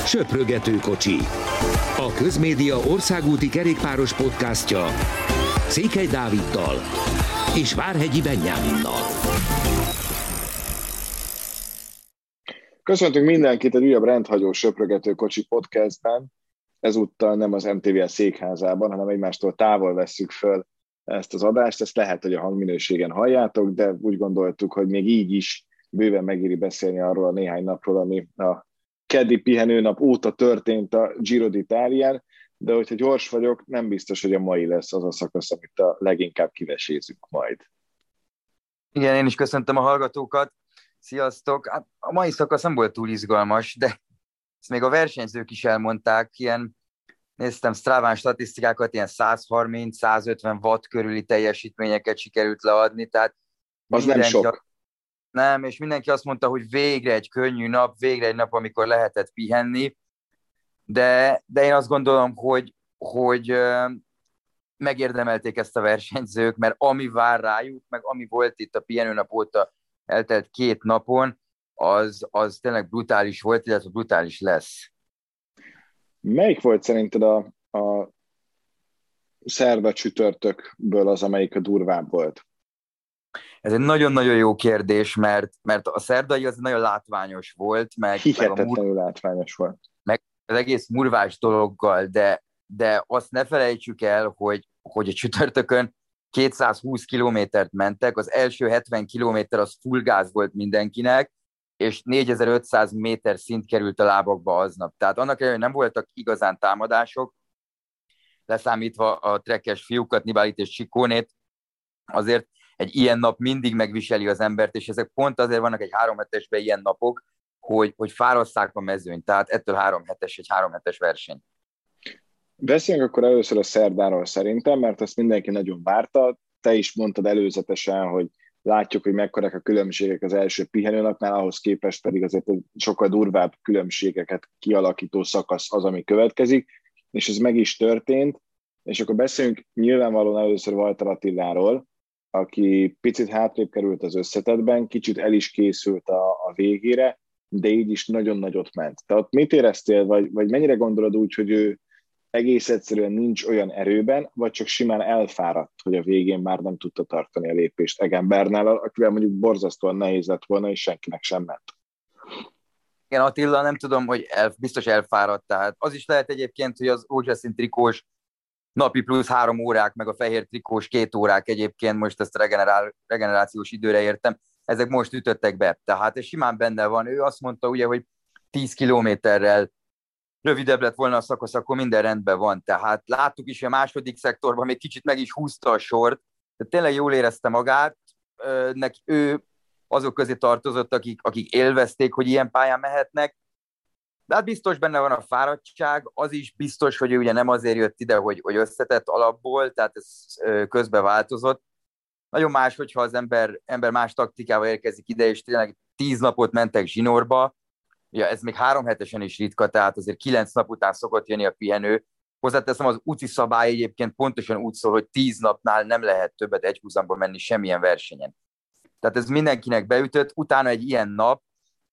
Söprögető kocsi. A Közmédia országúti kerékpáros podcastja Székely Dáviddal és Várhegyi Benyáminnal. Köszöntünk mindenkit egy újabb rendhagyó Söprögető kocsi podcastben. Ezúttal nem az MTVL székházában, hanem egymástól távol vesszük föl ezt az adást. Ezt lehet, hogy a hangminőségen halljátok, de úgy gondoltuk, hogy még így is bőven megéri beszélni arról a néhány napról, ami a keddi pihenőnap óta történt a Giro d'Italián, de hogyha gyors vagyok, nem biztos, hogy a mai lesz az a szakasz, amit a leginkább kivesézünk majd. Igen, én is köszöntöm a hallgatókat. Sziasztok! Hát a mai szakasz nem volt túl izgalmas, de ezt még a versenyzők is elmondták, néztem Stráván statisztikákat, ilyen 130-150 watt körüli teljesítményeket sikerült leadni, tehát az nem sok. Nem, és mindenki azt mondta, hogy végre egy könnyű nap, végre egy nap, amikor lehetett pihenni, de én azt gondolom, hogy megérdemelték ezt a versenyzők, mert ami vár rájuk, meg ami volt itt a pihenőnap óta eltelt 2 napon, az tényleg brutális volt, illetve brutális lesz. Melyik volt szerinted a szerda csütörtökből az, amelyik a durvább volt? Ez egy nagyon-nagyon jó kérdés, mert a szerdai az nagyon látványos volt, hihetetlenül látványos volt. Meg az egész murvás dologgal, de azt ne felejtsük el, hogy a csütörtökön 220 kilométert mentek, az első 70 kilométer az full gáz volt mindenkinek, és 4500 méter szint került a lábakba aznap. Tehát annak ellenére, hogy nem voltak igazán támadások, leszámítva a trekkes fiúkat, Nibalit és Ciccónét, azért egy ilyen nap mindig megviseli az embert, és ezek pont azért vannak egy 3 hetesben ilyen napok, hogy fárasszák a mezőnyt, tehát ettől 3 hetes egy 3 hetes verseny. Beszéljünk akkor először a szerdáról szerintem, mert azt mindenki nagyon várta. Te is mondtad előzetesen, hogy látjuk, hogy mekkorák a különbségek az első pihenőnapnál, ahhoz képest pedig azért sokkal durvább különbségeket kialakító szakasz az, ami következik, és ez meg is történt. És akkor beszéljünk nyilvánvalóan először Walter Attiláról, aki picit hátrébb került az összetettben, kicsit el is készült a végére, de így is nagyon nagyot ment. Te ott mit éreztél, vagy mennyire gondolod úgy, hogy ő egész egyszerűen nincs olyan erőben, vagy csak simán elfáradt, hogy a végén már nem tudta tartani a lépést Egenbernál, akivel mondjuk borzasztóan nehéz lett volna, és senkinek sem ment. Igen, Attila, nem tudom, hogy biztos elfáradt, tehát az is lehet egyébként, hogy az rózsaszín trikós napi plusz 3 órák, meg a fehér trikós 2 órák egyébként, most ezt regenerációs időre értem, ezek most ütöttek be. Tehát ez simán benne van. Ő azt mondta ugye, hogy 10 kilométerrel rövidebb lett volna a szakasz, akkor minden rendben van. Tehát láttuk is, hogy a második szektorban még kicsit meg is húzta a sort, de tényleg jól érezte magát. Ő azok közé tartozott, akik élvezték, hogy ilyen pályán mehetnek. De hát biztos benne van a fáradtság, az is biztos, hogy ő ugye nem azért jött ide, hogy összetett alapból, tehát ez közbe változott. Nagyon más, hogyha az ember más taktikával érkezik ide, és tényleg 10 napot mentek zsinórba. Ugye ez még 3 hetesen is ritka, tehát azért 9 nap után szokott jönni a pihenő. Hozzáteszem, az UCI szabály egyébként pontosan úgy szól, hogy 10 napnál nem lehet többet egyhuzamban menni semmilyen versenyen. Tehát ez mindenkinek beütött, utána egy ilyen nap.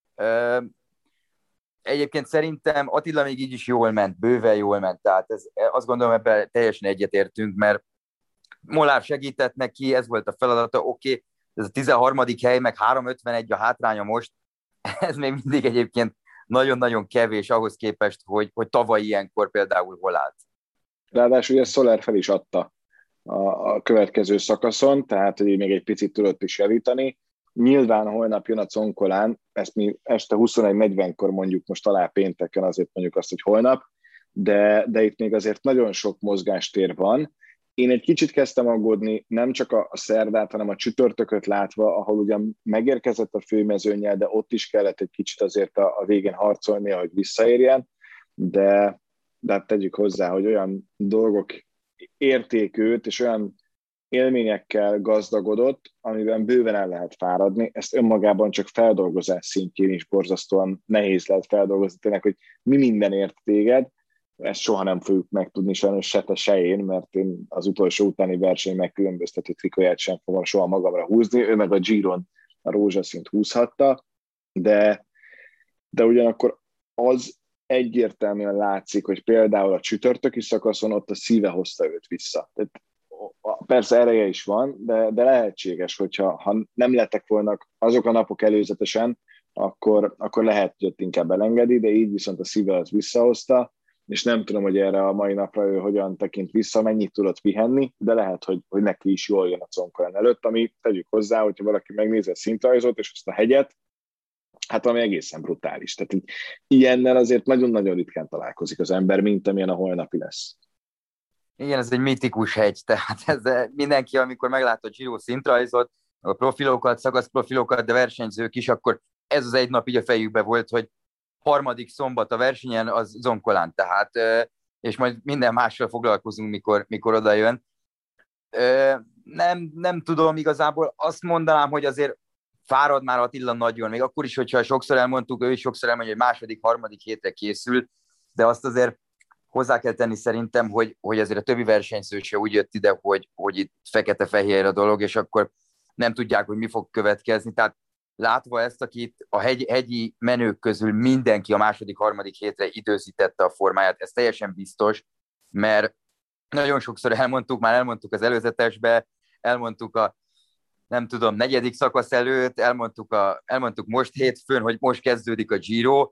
Egyébként szerintem Attila még így is jól ment, bőven jól ment, tehát azt gondolom, ebben teljesen egyetértünk, mert Molár segített neki, ez volt a feladata, oké, ez a 13. hely, meg 3:51 a hátránya most, ez még mindig egyébként nagyon-nagyon kevés ahhoz képest, hogy tavaly ilyenkor például hol állt. Ráadásul ugye Soler fel is adta a következő szakaszon, tehát hogy még egy picit tudott is javítani. Nyilván holnap jön a Concolán, ezt mi este 21:40-kor mondjuk most alá pénteken, azért mondjuk azt, hogy holnap, de itt még azért nagyon sok mozgástér van. Én egy kicsit kezdtem aggódni, nem csak a szerdát, hanem a csütörtököt látva, ahol ugyan megérkezett a főmezőnnyel, de ott is kellett egy kicsit azért a végén harcolnia, hogy visszaérjen, de hát tegyük hozzá, hogy olyan dolgok érték őt, és olyan élményekkel gazdagodott, amiben bőven el lehet fáradni. Ezt önmagában csak feldolgozás szintjén is borzasztóan nehéz lehet feldolgozni, tényleg, hogy mi minden ért téged. Ezt soha nem fogjuk megtudni, sajnos se te, se én, mert én az utolsó utáni verseny megkülönböztető trikóját sem fogom soha magamra húzni. Ő meg a Giron a rózsaszínt húzhatta, de ugyanakkor az egyértelműen látszik, hogy például a csütörtöki szakaszon ott a szíve hozta őt vissza. Tehát, persze ereje is van, de lehetséges, hogyha nem lettek volna azok a napok előzetesen, akkor lehet, hogy ott inkább elengedi, de így viszont a szíve az visszahozta, és nem tudom, hogy erre a mai napra ő hogyan tekint vissza, mennyit tudott pihenni, de lehet, hogy neki is jól jön a Zoncolan előtt, ami tegyük hozzá, hogyha valaki megnézi a szintrajzot és azt a hegyet, hát ami egészen brutális. Tehát ilyennel azért nagyon-nagyon ritkán találkozik az ember, mint amilyen a holnapi lesz. Igen, ez egy mitikus hegy, tehát ez mindenki, amikor meglát a Giro szintrajzot, a profilokat, szakaszprofilokat, de versenyzők is, akkor ez az egy nap így a fejükbe volt, hogy harmadik szombat a versenyen az Zoncolan, tehát, és majd minden mással foglalkozunk, mikor oda jön. Nem tudom igazából, azt mondanám, hogy azért fárad már Attila nagyon, még akkor is, hogyha sokszor elmondtuk, ő is sokszor elmondja, hogy második, harmadik hétre készül, de azt azért hozzá kell tenni szerintem, hogy azért a többi versenyző se úgy jött ide, hogy itt fekete-fehér a dolog, és akkor nem tudják, hogy mi fog következni. Tehát látva ezt, akit a hegyi menők közül mindenki a második, harmadik hétre időzítette a formáját, ez teljesen biztos, mert nagyon sokszor elmondtuk az előzetesbe, elmondtuk nem tudom, negyedik szakasz előtt, elmondtuk most hétfőn, hogy most kezdődik a Giro,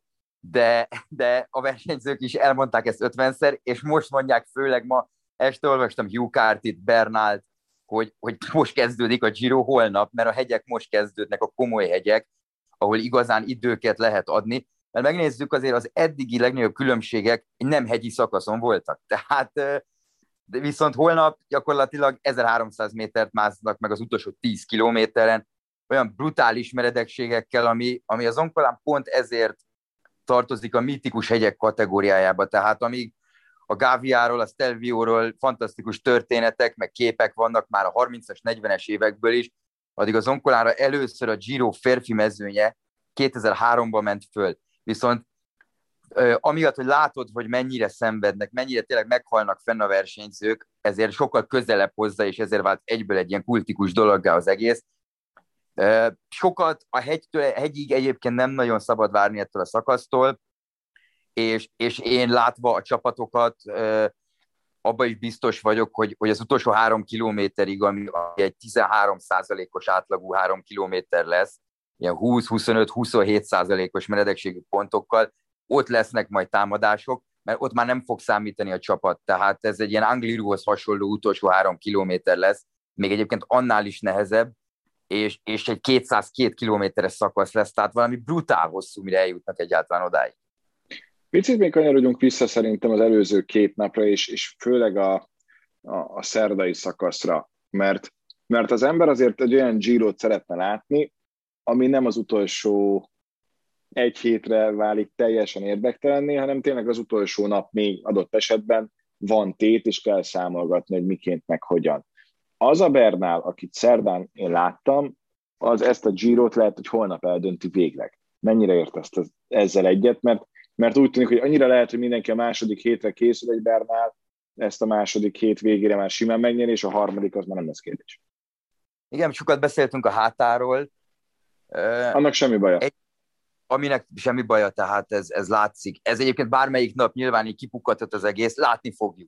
de a versenyzők is elmondták ezt 50-szer, és most mondják, főleg ma este olvastam Hugh Cartyt, Bernalt, hogy most kezdődik a Giro holnap, mert a hegyek most kezdődnek, a komoly hegyek, ahol igazán időket lehet adni, mert megnézzük azért az eddigi legnagyobb különbségek nem hegyi szakaszon voltak. Tehát de viszont holnap gyakorlatilag 1300 métert másznak meg az utolsó 10 kilométeren, olyan brutális meredekségekkel, ami a Zoncolan pont ezért tartozik a mítikus hegyek kategóriájába. Tehát amíg a Gaviáról, a Stelvioról fantasztikus történetek, meg képek vannak már a 30-as, 40-es évekből is, addig a Zoncolanra először a Giro férfi mezőnye 2003-ban ment föl. Viszont amiatt, hogy látod, hogy mennyire szenvednek, mennyire tényleg meghalnak fenn a versenyzők, ezért sokkal közelebb hozzá, és ezért vált egyből egy ilyen kultikus dologgá az egész. Sokat a hegyig egyébként nem nagyon szabad várni ettől a szakasztól, és én látva a csapatokat, abban is biztos vagyok, hogy az utolsó 3 kilométerig, ami egy 13%-os átlagú 3 kilométer lesz, ilyen 20-25-27%-os meredekségű pontokkal, ott lesznek majd támadások, mert ott már nem fog számítani a csapat. Tehát ez egy ilyen Angliruhoz hasonló utolsó 3 kilométer lesz, még egyébként annál is nehezebb, és egy 202 kilométeres szakasz lesz, tehát valami brutál hosszú, mire eljutnak egyáltalán odáig. Picit még kanyarodjunk vissza szerintem az előző 2 napra, és főleg a szerdai szakaszra, mert az ember azért egy olyan Girot szeretne látni, ami nem az utolsó 1 hétre válik teljesen érdektelenné, hanem tényleg az utolsó nap még adott esetben van tét, és kell számolgatni, hogy miként meg hogyan. Az a Bernal, akit szerdán én láttam, az ezt a Girot lehet, hogy holnap eldönti végleg. Mennyire ért ezzel egyet, mert úgy tűnik, hogy annyira lehet, hogy mindenki a második hétre készül egy Bernal, ezt a második hét végére már simán megnyeri, és a harmadik az már nem lesz kérdés. Igen, sokat beszéltünk a hátáról. Annak semmi baja. Aminek semmi baja, tehát ez látszik. Ez egyébként bármelyik nap nyilván így kipukkadhat az egész, látni fogjuk.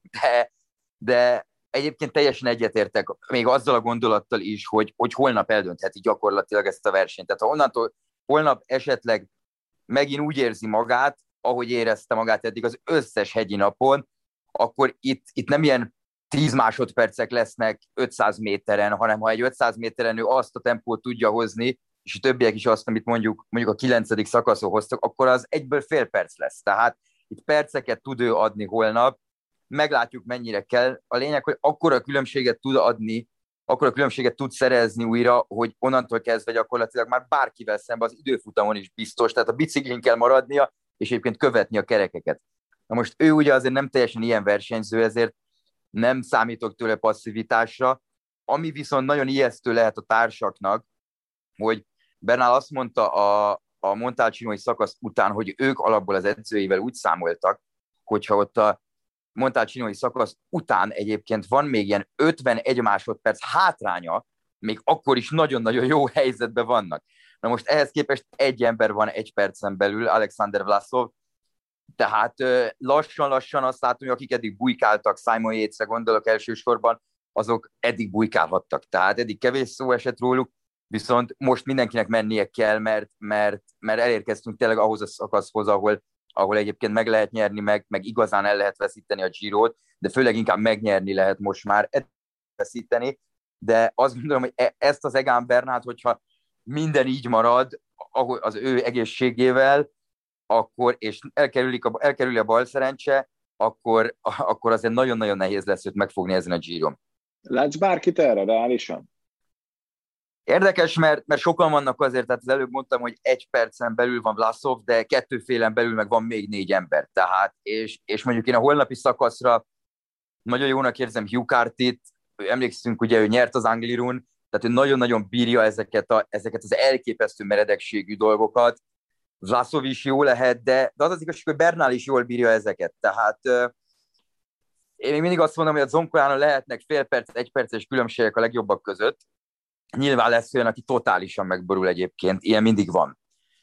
De egyébként teljesen egyetértek, még azzal a gondolattal is, hogy holnap eldöntheti gyakorlatilag ezt a versenyt. Tehát ha onnantól holnap esetleg megint úgy érzi magát, ahogy érezte magát eddig az összes hegyi napon, akkor itt nem ilyen 10 másodpercek lesznek 500 méteren, hanem ha egy 500 méteren ő azt a tempót tudja hozni, és a többiek is azt, amit mondjuk a 9. szakaszon hoztak, akkor az egyből fél perc lesz. Tehát itt perceket tud ő adni holnap, meglátjuk mennyire kell. A lényeg, hogy akkora különbséget tud adni, akkora különbséget tud szerezni újra, hogy onnantól kezdve gyakorlatilag már bárkivel szemben az időfutamon is biztos, tehát a biciklin kell maradnia, és egyébként követni a kerekeket. Na most ő ugye azért nem teljesen ilyen versenyző, ezért nem számítok tőle passzivitásra, ami viszont nagyon ijesztő lehet a társaknak, hogy Bernal azt mondta a Montalcinói szakasz után, hogy ők alapból az edzőivel úgy számoltak, hogyha ott a Montalcinói szakasz után egyébként van még ilyen 51 másodperc hátránya, még akkor is nagyon-nagyon jó helyzetben vannak. Na most ehhez képest egy ember van 1 percen belül, Alexander Vlasov, Tehát lassan-lassan azt látom, hogy akik eddig bujkáltak, Simon Yatesre gondolok elsősorban, azok eddig bujkálhattak. Tehát eddig kevés szó esett róluk, viszont most mindenkinek mennie kell, mert elérkeztünk tényleg ahhoz a szakaszhoz, ahol egyébként meg lehet nyerni, meg igazán el lehet veszíteni a Girot, de főleg inkább megnyerni lehet most már, veszíteni, de azt gondolom, hogy ezt az Egan Bernát, hogyha minden így marad az ő egészségével, akkor, és elkerüli a bal szerencse, akkor azért nagyon-nagyon nehéz lesz őt megfogni ezen a Giron. Látsz bárkit erre reálisan? Érdekes, mert sokan vannak azért, tehát az előbb mondtam, hogy 1 percen belül van Vlasov, de 2 félen belül meg van még 4 ember. Tehát, és mondjuk én a holnapi szakaszra nagyon jónak érzem Hugh Cartyt, emlékszünk, ugye ő nyert az Anglirun, tehát ő nagyon-nagyon bírja ezeket az elképesztő meredekségű dolgokat. Vlasov is jó lehet, de az az igazság, hogy Bernal is jól bírja ezeket. Tehát én még mindig azt mondom, hogy a Zoncolánon lehetnek fél perc, 1 perces különbségek a legjobbak között. Nyilván lesz olyan, aki totálisan megborul egyébként, ilyen mindig van.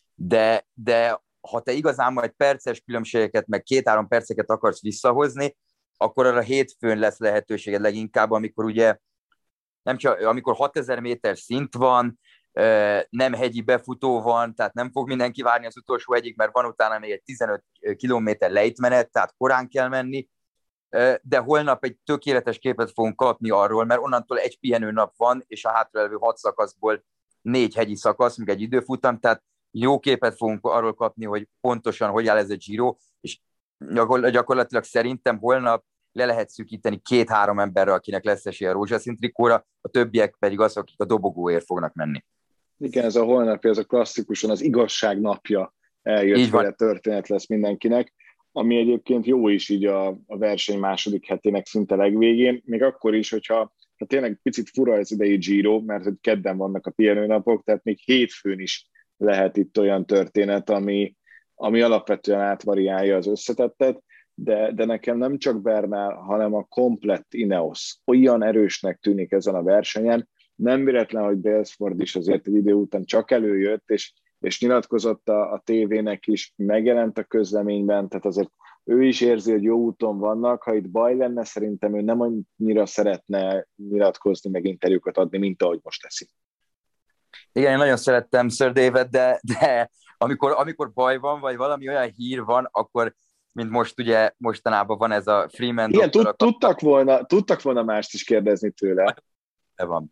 De ha te igazán majd perces különbségeket, meg 2-3 perceket akarsz visszahozni, akkor arra hétfőn lesz lehetőséged leginkább, amikor ugye amikor 6000 méter szint van, nem hegyi befutó van, tehát nem fog mindenki várni az utolsó hegyig, mert van utána még egy 15 kilométer lejtmenet, tehát korán kell menni, de holnap egy tökéletes képet fogunk kapni arról, mert onnantól egy pihenőnap van, és a hátralévő 6 szakaszból 4 hegyi szakasz, még egy időfutam, tehát jó képet fogunk arról kapni, hogy pontosan hogy áll ez a Giro, és gyakorlatilag szerintem holnap le lehet szűkíteni 2-3 emberre, akinek lesz esélye a rózsaszín trikóra, a többiek pedig azok, akik a dobogóért fognak menni. Igen, ez a holnapi, ez a klasszikusan az igazság napja eljött történet lesz mindenkinek, ami egyébként jó is így a verseny második hetének szinte legvégén, még akkor is, hogyha tényleg picit fura az idei Giro, mert hogy kedden vannak a pihenőnapok, tehát még hétfőn is lehet itt olyan történet, ami alapvetően átvariálja az összetettet, de nekem nem csak Bernal, hanem a komplett Ineos olyan erősnek tűnik ezen a versenyen. Nem véletlen, hogy Brailsford is azért egy idő után csak előjött, és nyilatkozott a tévének is, megjelent a közleményben, tehát azért ő is érzi, hogy jó úton vannak. Ha itt baj lenne, szerintem ő nem annyira szeretne nyilatkozni, meg interjúkat adni, mint ahogy most teszi. Igen, én nagyon szerettem Sir David, de amikor baj van, vagy valami olyan hír van, akkor mint most ugye mostanában van ez a Freeman igen, tudtak volna mást is kérdezni tőle. De van.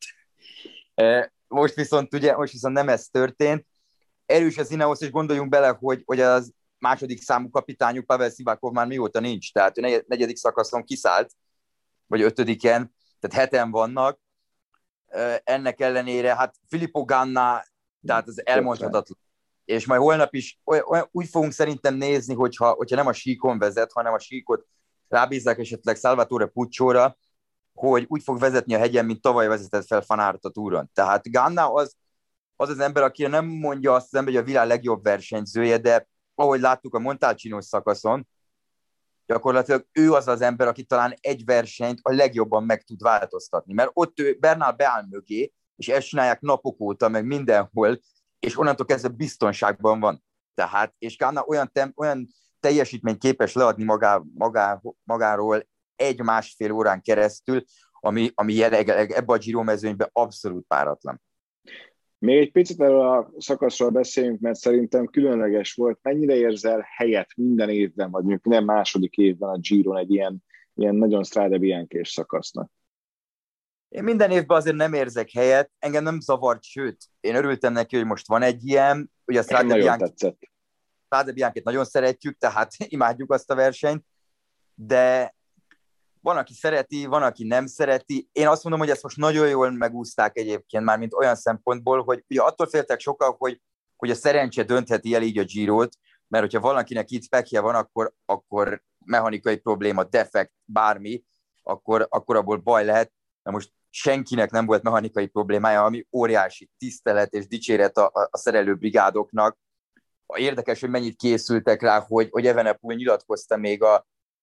Most viszont nem ez történt. Erős az Ineos, és gondoljunk bele, hogy az második számú kapitányuk Pavel Sivakov már mióta nincs, tehát ő 4. szakaszon kiszállt, vagy 5-en, tehát 7-en vannak. Ennek ellenére, hát Filippo Ganna, tehát az elmondhatatlan. És majd holnap is úgy fogunk szerintem nézni, hogyha nem a síkon vezet, hanem a síkot rábízzák esetleg Salvatore Puccióra, hogy úgy fog vezetni a hegyen, mint tavaly vezetett fel Van Aert a túron. Tehát Ganna az ember, aki nem mondja azt az ember, hogy a világ legjobb versenyzője, de ahogy láttuk a Montalcino szakaszon, gyakorlatilag ő az ember, aki talán egy versenyt a legjobban meg tud változtatni. Mert ott Bernal beáll mögé, és ezt csinálják napok óta, meg mindenhol, és onnantól kezdve biztonságban van. Tehát, és Ganna olyan teljesítményt képes leadni magáról 1-1,5 órán keresztül, ami jelenleg ebbe a Giro mezőnyben abszolút páratlan. Még egy picit erről a szakaszról beszéljünk, mert szerintem különleges volt. Mennyire érzel helyet minden évben, vagy mondjuk minden második évben a Giron egy ilyen nagyon Strade Bianche-s szakasznak? Én minden évben azért nem érzek helyet, engem nem zavart, sőt, én örültem neki, hogy most van egy ilyen, ugye a Strade Bianche-t nagyon szeretjük, tehát imádjuk azt a versenyt, de van, aki szereti, van, aki nem szereti. Én azt mondom, hogy ezt most nagyon jól megúszták egyébként már, mint olyan szempontból, hogy ugye attól féltek sokan, hogy a szerencse döntheti el így a Girot, mert hogyha valakinek itt pekje van, akkor mechanikai probléma, defekt, bármi, akkor abból baj lehet. Na most senkinek nem volt mechanikai problémája, ami óriási tisztelet és dicséret a szerelőbrigádoknak. Érdekes, hogy mennyit készültek rá, hogy Evenepoel nyilatkozta még a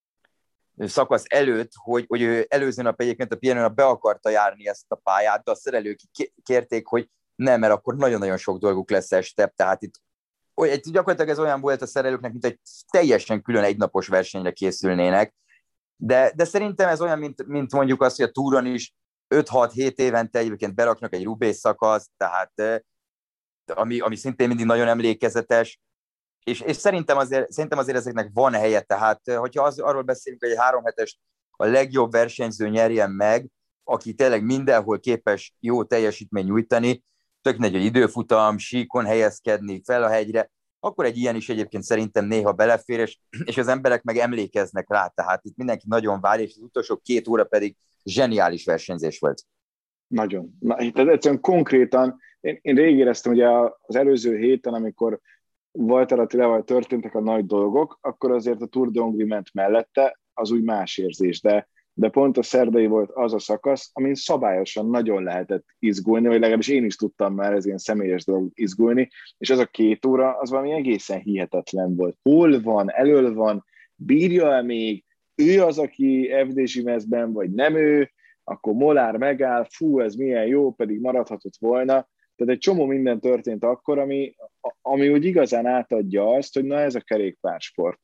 szakasz előtt, hogy ő előző nap egyébként a pihenőnap be akarta járni ezt a pályát, de a szerelők kérték, hogy nem, mert akkor nagyon-nagyon sok dolguk lesz este, tehát itt gyakorlatilag ez olyan volt a szerelőknek, mint egy teljesen külön egynapos versenyre készülnének, de szerintem ez olyan, mint mondjuk azt, hogy a túron is 5-6-7 évente egyébként beraknak egy Roubaix szakaszt, tehát ami szintén mindig nagyon emlékezetes, és szerintem azért ezeknek van helye, tehát hogyha arról beszélünk, hogy egy 3 hetes a legjobb versenyző nyerjen meg, aki tényleg mindenhol képes jó teljesítményt nyújtani, tök egy időfutam, síkon helyezkedni fel a hegyre, akkor egy ilyen is egyébként szerintem néha belefér, és az emberek meg emlékeznek rá, tehát itt mindenki nagyon várja, és az utolsó 2 óra pedig zseniális versenyzés volt. Nagyon. Tehát egyszerűen konkrétan, én rég éreztem, hogy az előző héten, amikor Walter Attilával történtek a nagy dolgok, akkor azért a Tour de Hongrie ment mellette, az úgy más érzés, de pont a szerdai volt az a szakasz, amin szabályosan nagyon lehetett izgulni, vagy legalábbis én is tudtam már, ez ilyen személyes dolog izgulni, és ez a 2 óra, az valami egészen hihetetlen volt. Hol van, elől van, bírja-e még, ő az, aki FDZ mezben, vagy nem ő, akkor Molár megáll, fú, ez milyen jó, pedig maradhatott volna. Tehát egy csomó minden történt akkor, ami úgy igazán átadja azt, hogy na ez a kerékpársport.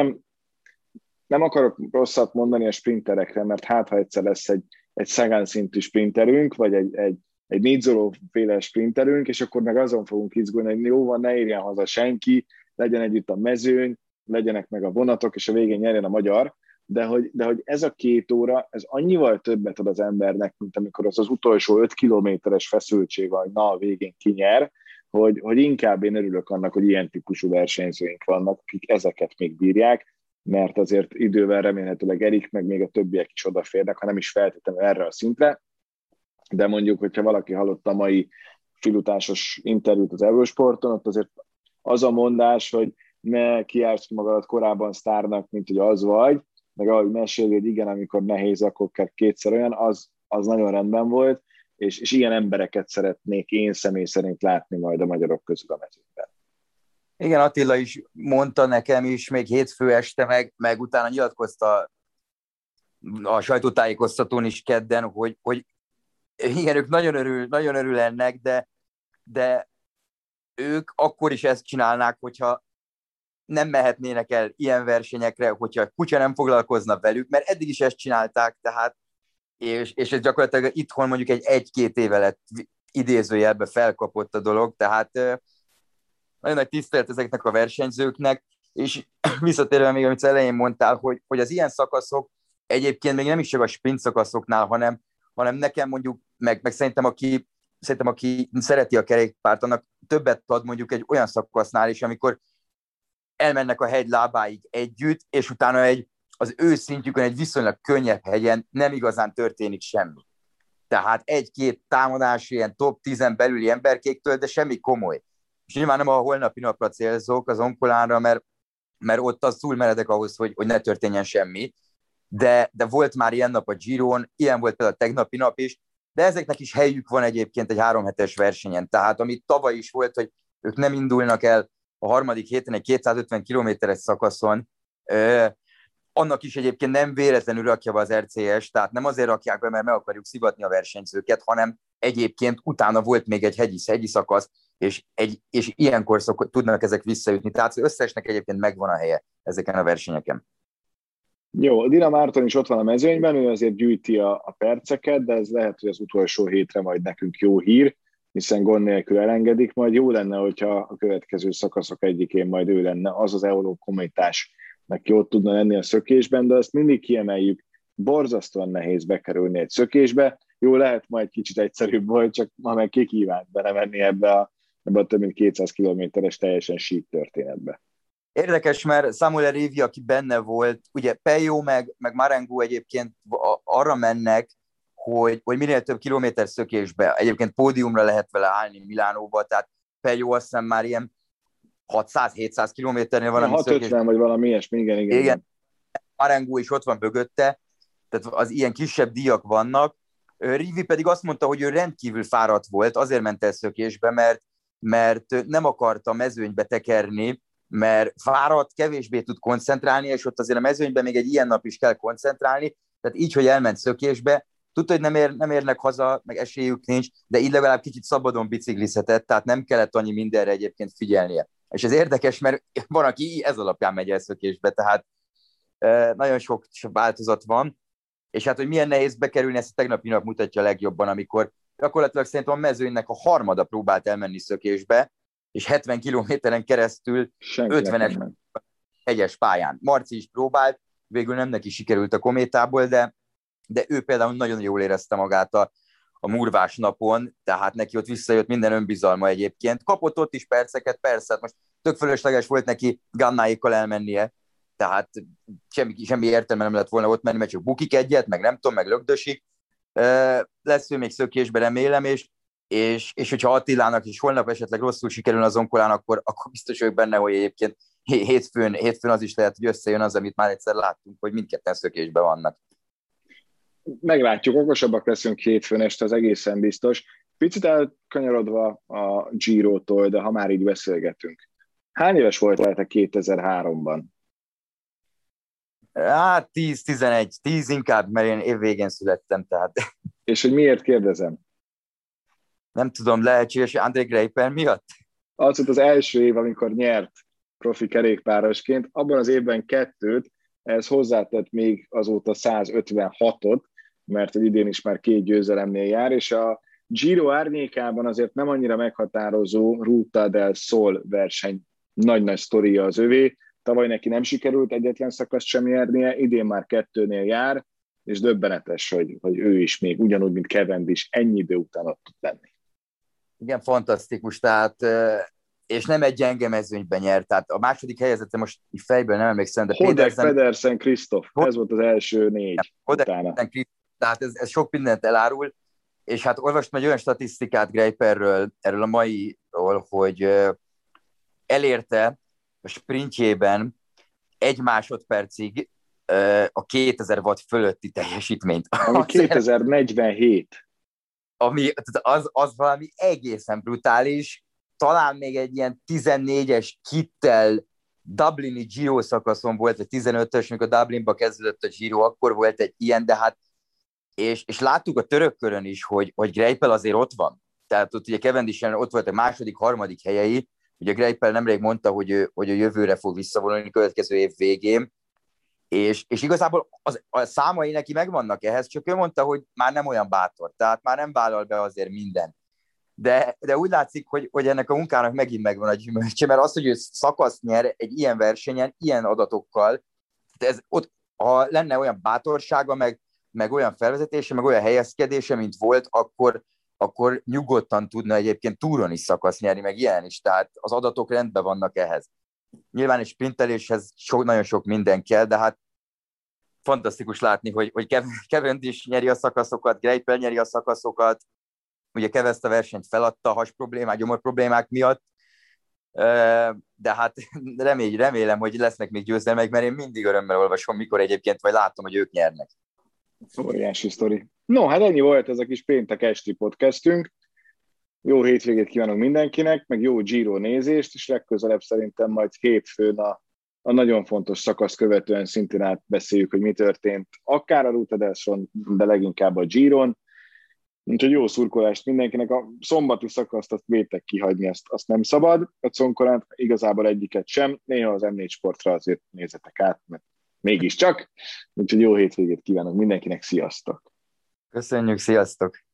Nem akarok rosszat mondani a sprinterekre, mert ha egyszer lesz egy Sagan szintű sprinterünk, vagy egy Nizzolo-féle sprinterünk, és akkor meg azon fogunk izgulni, hogy jó van, ne érjen haza senki, legyen együtt a mezőny, legyenek meg a vonatok, és a végén nyerjen a magyar, de hogy ez a 2 óra, ez annyival többet ad az embernek, mint amikor az utolsó 5 kilométeres feszültség van, hogy na a végén kinyer, hogy inkább én örülök annak, hogy ilyen típusú versenyzőink vannak, akik ezeket még bírják, mert azért idővel remélhetőleg Erik, meg még a többiek is odaférnek, ha nem is feltétlenül erre a szintre, de mondjuk, hogyha valaki hallotta a mai filutásos interjút az Eurosporton, ott azért az a mondás, hogy ne kiártsd magadat korábban sztárnak, mint hogy az vagy, meg ahogy mesélj, hogy igen, amikor nehéz, akkor kell 2-szer olyan, az nagyon rendben volt, és ilyen embereket szeretnék én személy szerint látni majd a magyarok közül a mezőnyben. Igen, Attila is mondta nekem is, még hétfő este, meg utána nyilatkozta a sajtótájékoztatón is kedden, hogy igen, ők nagyon örül ennek, de ők akkor is ezt csinálnák, hogyha nem mehetnének el ilyen versenyekre, hogyha a kutya nem foglalkozna velük, mert eddig is ezt csinálták, tehát, és ez gyakorlatilag itthon mondjuk egy 1-2 éve lett idézőjelbe felkapott a dolog, tehát nagyon nagy tisztelet ezeknek a versenyzőknek, és visszatérve még, amit az elején mondtál, hogy az ilyen szakaszok egyébként még nem is csak a sprint szakaszoknál, hanem nekem mondjuk, meg szerintem aki szereti a kerékpárt, annak többet ad mondjuk egy olyan szakasznál is, amikor elmennek a hegy lábáig együtt, és utána az ő szintjükön egy viszonylag könnyebb hegyen nem igazán történik semmi. Tehát 1-2 támadás ilyen top 10 belüli emberkéktől, de semmi komoly. És nyilván nem a holnapi napra célzók az Oncolánra, mert ott az túl meredek ahhoz, hogy ne történjen semmi. De volt már ilyen nap a Giron, ilyen volt például a tegnapi nap is, de ezeknek is helyük van egyébként egy 3 hetes versenyen. Tehát amit tavaly is volt, hogy ők nem indulnak el a harmadik héten egy 250 kilométeres szakaszon, annak is egyébként nem véletlenül rakja be az RCS, tehát nem azért rakják be, mert meg akarjuk szivatni a versenyzőket, hanem egyébként utána volt még egy hegyi szakasz, és ilyenkor tudnak ezek visszajutni. Tehát az összesnek egyébként megvan a helye ezeken a versenyeken. Jó, Dina Márton is ott van a mezőnyben, ő azért gyűjti a perceket, de ez lehet, hogy az utolsó hétre majd nekünk jó hír, hiszen gond nélkül elengedik, majd jó lenne, hogyha a következő szakaszok egyikén majd ő lenne, az az Eurokométás, neki ott tudna lenni a szökésben, de azt mindig kiemeljük, borzasztóan nehéz bekerülni egy szökésbe. Jó, lehet majd kicsit egyszerűbb volt, csak ma meg ki kívánt belemenni ebbe a több mint 200 kilométeres teljesen sík történetbe. Érdekes, mert Samuel Rivi, aki benne volt, ugye Peyo meg Marengo egyébként arra mennek, hogy minél több kilométer szökésbe, egyébként pódiumra lehet vele állni Milánóba, tehát Peyo azt hiszem már ilyen 600-700 kilométernél van. 650 vagy valami ilyesmi, igen. Marengo is ott van mögötte, tehát az ilyen kisebb díjak vannak. Rivi pedig azt mondta, hogy ő rendkívül fáradt volt, azért ment el szökésbe, mert nem akarta mezőnybe tekerni, mert fáradt, kevésbé tud koncentrálni, és ott azért a mezőnyben még egy ilyen nap is kell koncentrálni, tehát így, hogy elment szökésbe, tudta, hogy nem érnek haza, meg esélyük nincs, de így legalább kicsit szabadon biciklizhetett, tehát nem kellett annyi mindenre egyébként figyelnie. És ez érdekes, mert van, aki ez alapján megy el szökésbe, tehát nagyon sok változat van, és hát, hogy milyen nehéz bekerülni, ezt a tegnapi nap mutatja legjobban, amikor gyakorlatilag szerintem a mezőnynek a harmada próbált elmenni szökésbe, és 70 kilométeren keresztül 50-es hegyes pályán. Marci is próbált, végül nem neki sikerült a Kométából, de ő például nagyon jól érezte magát a murvás napon, tehát neki ott visszajött minden önbizalma egyébként. Kapott ott is perceket, persze, hát most tök fölösleges volt neki Gannáékkal elmennie, tehát semmi értelme nem lett volna ott menni, mert csak bukik egyet, meg nem tudom, meg lögdösik. Lesz ő még szökésbe, remélem, és hogyha Attilának is holnap esetleg rosszul sikerül az Zonkolán, akkor biztos vagyok benne, hogy egyébként hétfőn az is lehet, hogy összejön az, amit már egyszer láttunk, hogy mindketten szökésben vannak. Meglátjuk, okosabbak leszünk hétfőn este, az egészen biztos. Picit elkanyarodva a Giro-tól, de ha már így beszélgetünk. Hány éves volt lehetek 2003-ban? Hát 10-11, 10 inkább, mert én évvégén születtem, tehát. És hogy miért kérdezem? Nem tudom, lehetséges André Greipel miatt? Az volt az első év, amikor nyert profi kerékpárosként. Abban az évben 2-t, ez hozzátett még azóta 156-ot, mert az idén is már 2 győzelemnél jár, és a Giro árnyékában azért nem annyira meghatározó Ruta del Sol verseny nagy-nagy sztoria az övé. Tavaly neki nem sikerült egyetlen szakaszt sem nyernie, idén már 2-nél jár, és döbbenetes, hogy ő is még ugyanúgy, mint Cavendish ennyi idő után ott tud lenni. Igen, fantasztikus, tehát, és nem egy gyenge mezőnyben nyert, tehát a második helyezete most fejből nem emlékszem, de Pedersen, Krisztof, ez volt az első 4 utána. Tehát ez sok mindent elárul, és hát olvastam egy olyan statisztikát Greipelről, erről a mairól, hogy elérte a sprintjében 1 másodpercig a 2000 watt fölötti teljesítményt. Ami 2047. Ami az valami egészen brutális, talán még egy ilyen 14-es kittel Dublini Giro szakaszon volt, vagy 15-ös, amikor Dublinba kezdődött a Giro, akkor volt egy ilyen, de hát és láttuk a török körön is, hogy Greipel azért ott van. Tehát ott ugye Cavendishen ott volt a második, harmadik helyei, ugye Greipel nemrég mondta, hogy ő jövőre fog visszavonulni a következő év végén, és igazából a számai neki megvannak ehhez, csak ő mondta, hogy már nem olyan bátor, tehát már nem vállal be azért mindent. De úgy látszik, hogy ennek a munkának megint megvan a gyümölcse, mert az, hogy ő szakaszt nyer egy ilyen versenyen, ilyen adatokkal, ott, ha lenne olyan bátorsága, meg olyan felvezetése, meg olyan helyezkedése, mint volt, akkor nyugodtan tudna egyébként túron is szakasz nyerni, meg ilyen is, tehát az adatok rendben vannak ehhez. Nyilván egy sprinteléshez nagyon sok minden kell, de hát fantasztikus látni, hogy Cavendish nyeri a szakaszokat, Greipel nyeri a szakaszokat, ugye Kevezt a versenyt feladta has problémák, gyomor problémák miatt, de hát remélem, hogy lesznek még győzelmek, mert én mindig örömmel olvasom, mikor egyébként, vagy látom, hogy ők nyernek. Óriási sztori. No, hát ennyi volt ez a kis péntek esti podcastünk. Jó hétvégét kívánok mindenkinek, meg jó Giro nézést, és legközelebb szerintem majd hétfőn a nagyon fontos szakasz követően szintén átbeszéljük, hogy mi történt, akár a Ruta del Sol, de leginkább a Giron. Úgyhogy jó szurkolást mindenkinek. A szombati szakaszt azt vétek kihagyni, azt nem szabad. A Zonkolán igazából egyiket sem. Néha az M4 Sportra azért nézzetek át, mert mégiscsak. Úgyhogy jó hétvégét kívánok mindenkinek, sziasztok! Köszönjük, sziasztok!